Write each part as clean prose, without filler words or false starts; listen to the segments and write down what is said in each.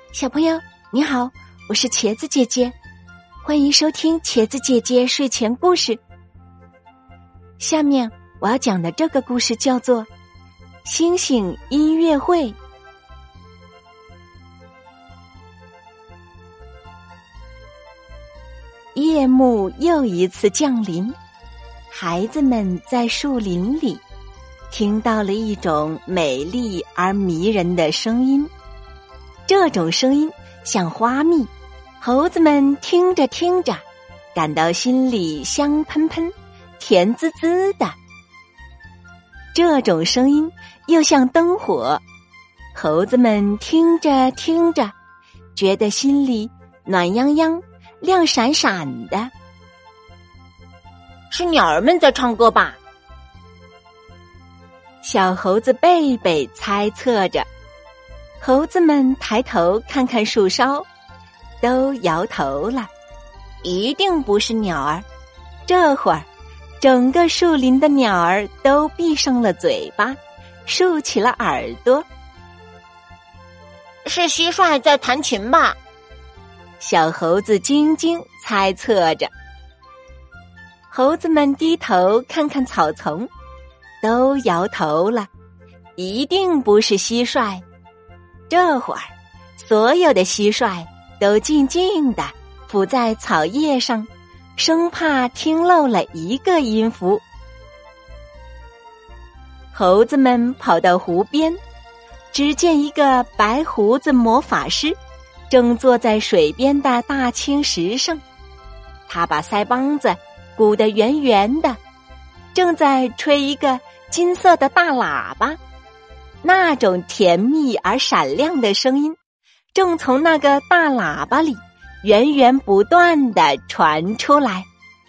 小朋友你好，我是茄子姐姐，欢迎收听茄子姐姐睡前故事。下面我要讲的这个故事叫做星星音乐会。夜幕又一次降临，孩子们在树林里听到了一种美丽而迷人的声音，这种声音像花蜜，猴子们听着听着，感到心里香喷喷、甜滋滋的。这种声音又像灯火，猴子们听着听着，觉得心里暖洋洋、亮闪闪的。 是鸟儿们在唱歌吧？ 小猴子贝贝猜测着。猴子们抬头看看树梢，都摇头了，一定不是鸟儿。这会儿，整个树林的鸟儿都闭上了嘴巴，竖起了耳朵。 是蟋蟀在弹琴吧？ 小猴子晶晶猜测着。猴子们低头看看草丛，都摇头了，一定不是蟋蟀。这会儿，所有的蟋蟀都静静地伏在草叶上，生怕听漏了一个音符。猴子们跑到湖边，只见一个白胡子魔法师正坐在水边的大青石上，他把腮帮子鼓得圆圆的，正在吹一个金色的大喇叭。那种甜蜜而闪亮的声音，正从那个大喇叭里源源不断地传出来。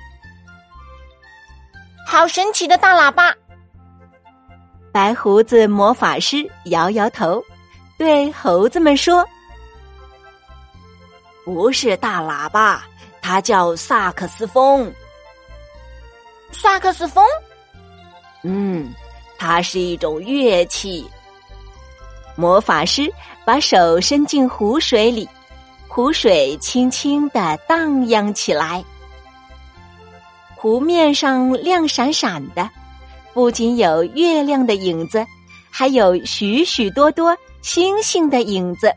好神奇的大喇叭！ 白胡子魔法师摇摇头，对猴子们说：“ 不是大喇叭，它叫萨克斯风。” 萨克斯风？ 它是一种乐器。 魔法师把手伸进湖水里，湖水轻轻地荡漾起来。湖面上亮闪闪的，不仅有月亮的影子，还有许许多多星星的影子。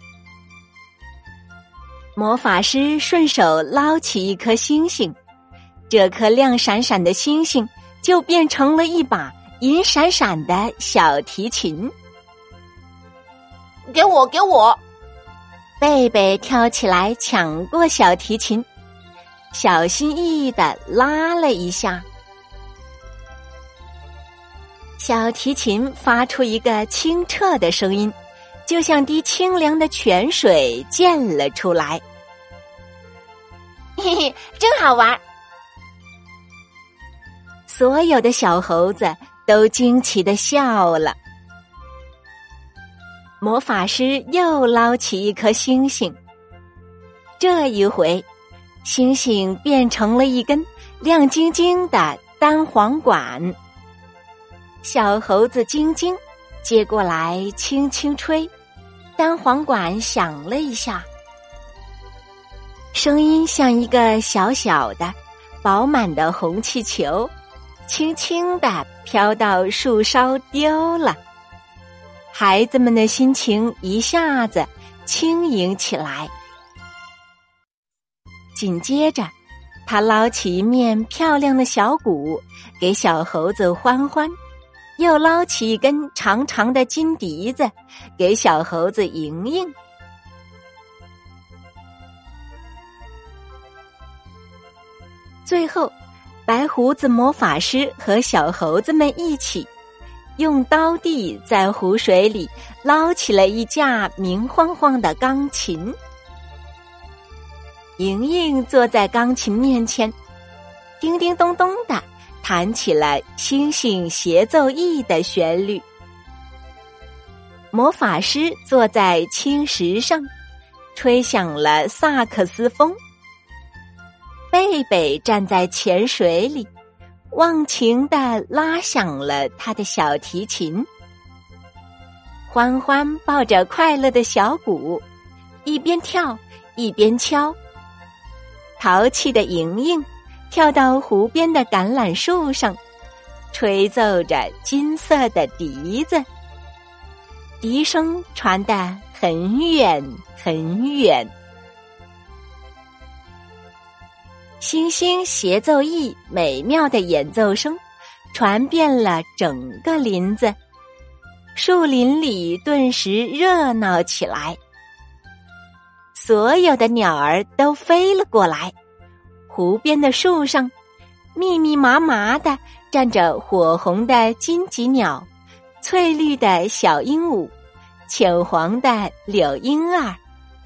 魔法师顺手捞起一颗星星，这颗亮闪闪的星星就变成了一把银闪闪的小提琴。 给我，给我！ 贝贝跳起来抢过小提琴，小心翼翼地拉了一下，小提琴发出一个清澈的声音，就像滴清凉的泉水溅了出来。 嘿嘿，真好玩！ 所有的小猴子都惊奇地笑了。魔法师又捞起一颗星星，这一回，星星变成了一根亮晶晶的单簧管。小猴子晶晶接过来轻轻吹，单簧管响了一下，声音像一个小小的、饱满的红气球，轻轻地飘到树梢丢了。孩子们的心情一下子轻盈起来。紧接着，他捞起一面漂亮的小鼓，给小猴子欢欢，又捞起一根长长的金笛子，给小猴子莹莹。最后，白胡子魔法师和小猴子们一起用刀地在湖水里捞起了一架明晃晃的钢琴。莹莹坐在钢琴面前，叮叮咚咚地弹起了星星协奏翼的旋律。魔法师坐在青石上，吹响了萨克斯风。贝贝站在浅水里，忘情地拉响了他的小提琴。欢欢抱着快乐的小鼓， 一边跳一边敲。淘气的莹莹跳到湖边的橄榄树上，吹奏着金色的笛子，笛声传得很远很远。星星协奏艺美妙的演奏声传遍了整个林子，树林里顿时热闹起来。所有的鸟儿都飞了过来，湖边的树上密密麻麻地站着火红的金棘鸟，翠绿的小鹦鹉，浅黄的柳莺儿。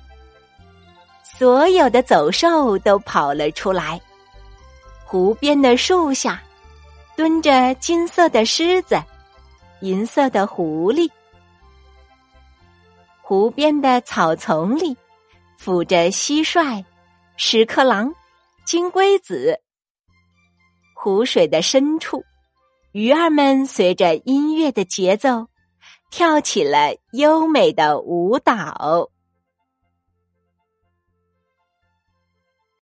所有的走兽都跑了出来。湖边的树下蹲着金色的狮子，银色的狐狸。湖边的草丛里伏着蟋蟀、屎壳郎、金龟子。湖水的深处，鱼儿们随着音乐的节奏跳起了优美的舞蹈。